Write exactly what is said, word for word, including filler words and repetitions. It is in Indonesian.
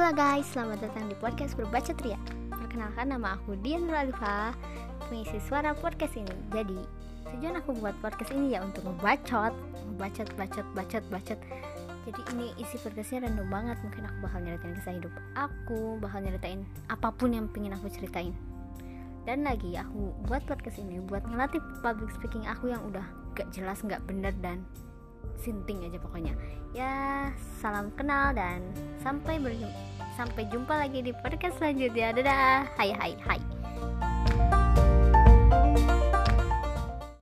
Halo guys, selamat datang di podcast Berbacot Ria. Perkenalkan, nama aku Dian Nur Alifa, pengisi suara podcast ini. Jadi, tujuan aku buat podcast ini ya untuk ngebacot, ngebacot, bacot, bacot, bacot. Jadi ini isi podcastnya random banget. Mungkin aku bakal nyeritain kisah hidup aku, bakal nyeritain apapun yang pengen aku ceritain. Dan lagi aku buat podcast ini buat ngelatih public speaking aku yang udah gak jelas, gak bener, dan sinting aja pokoknya. Ya, salam kenal dan sampai berjumpa, sampai jumpa lagi di podcast selanjutnya. Dadah. Hai hai hai.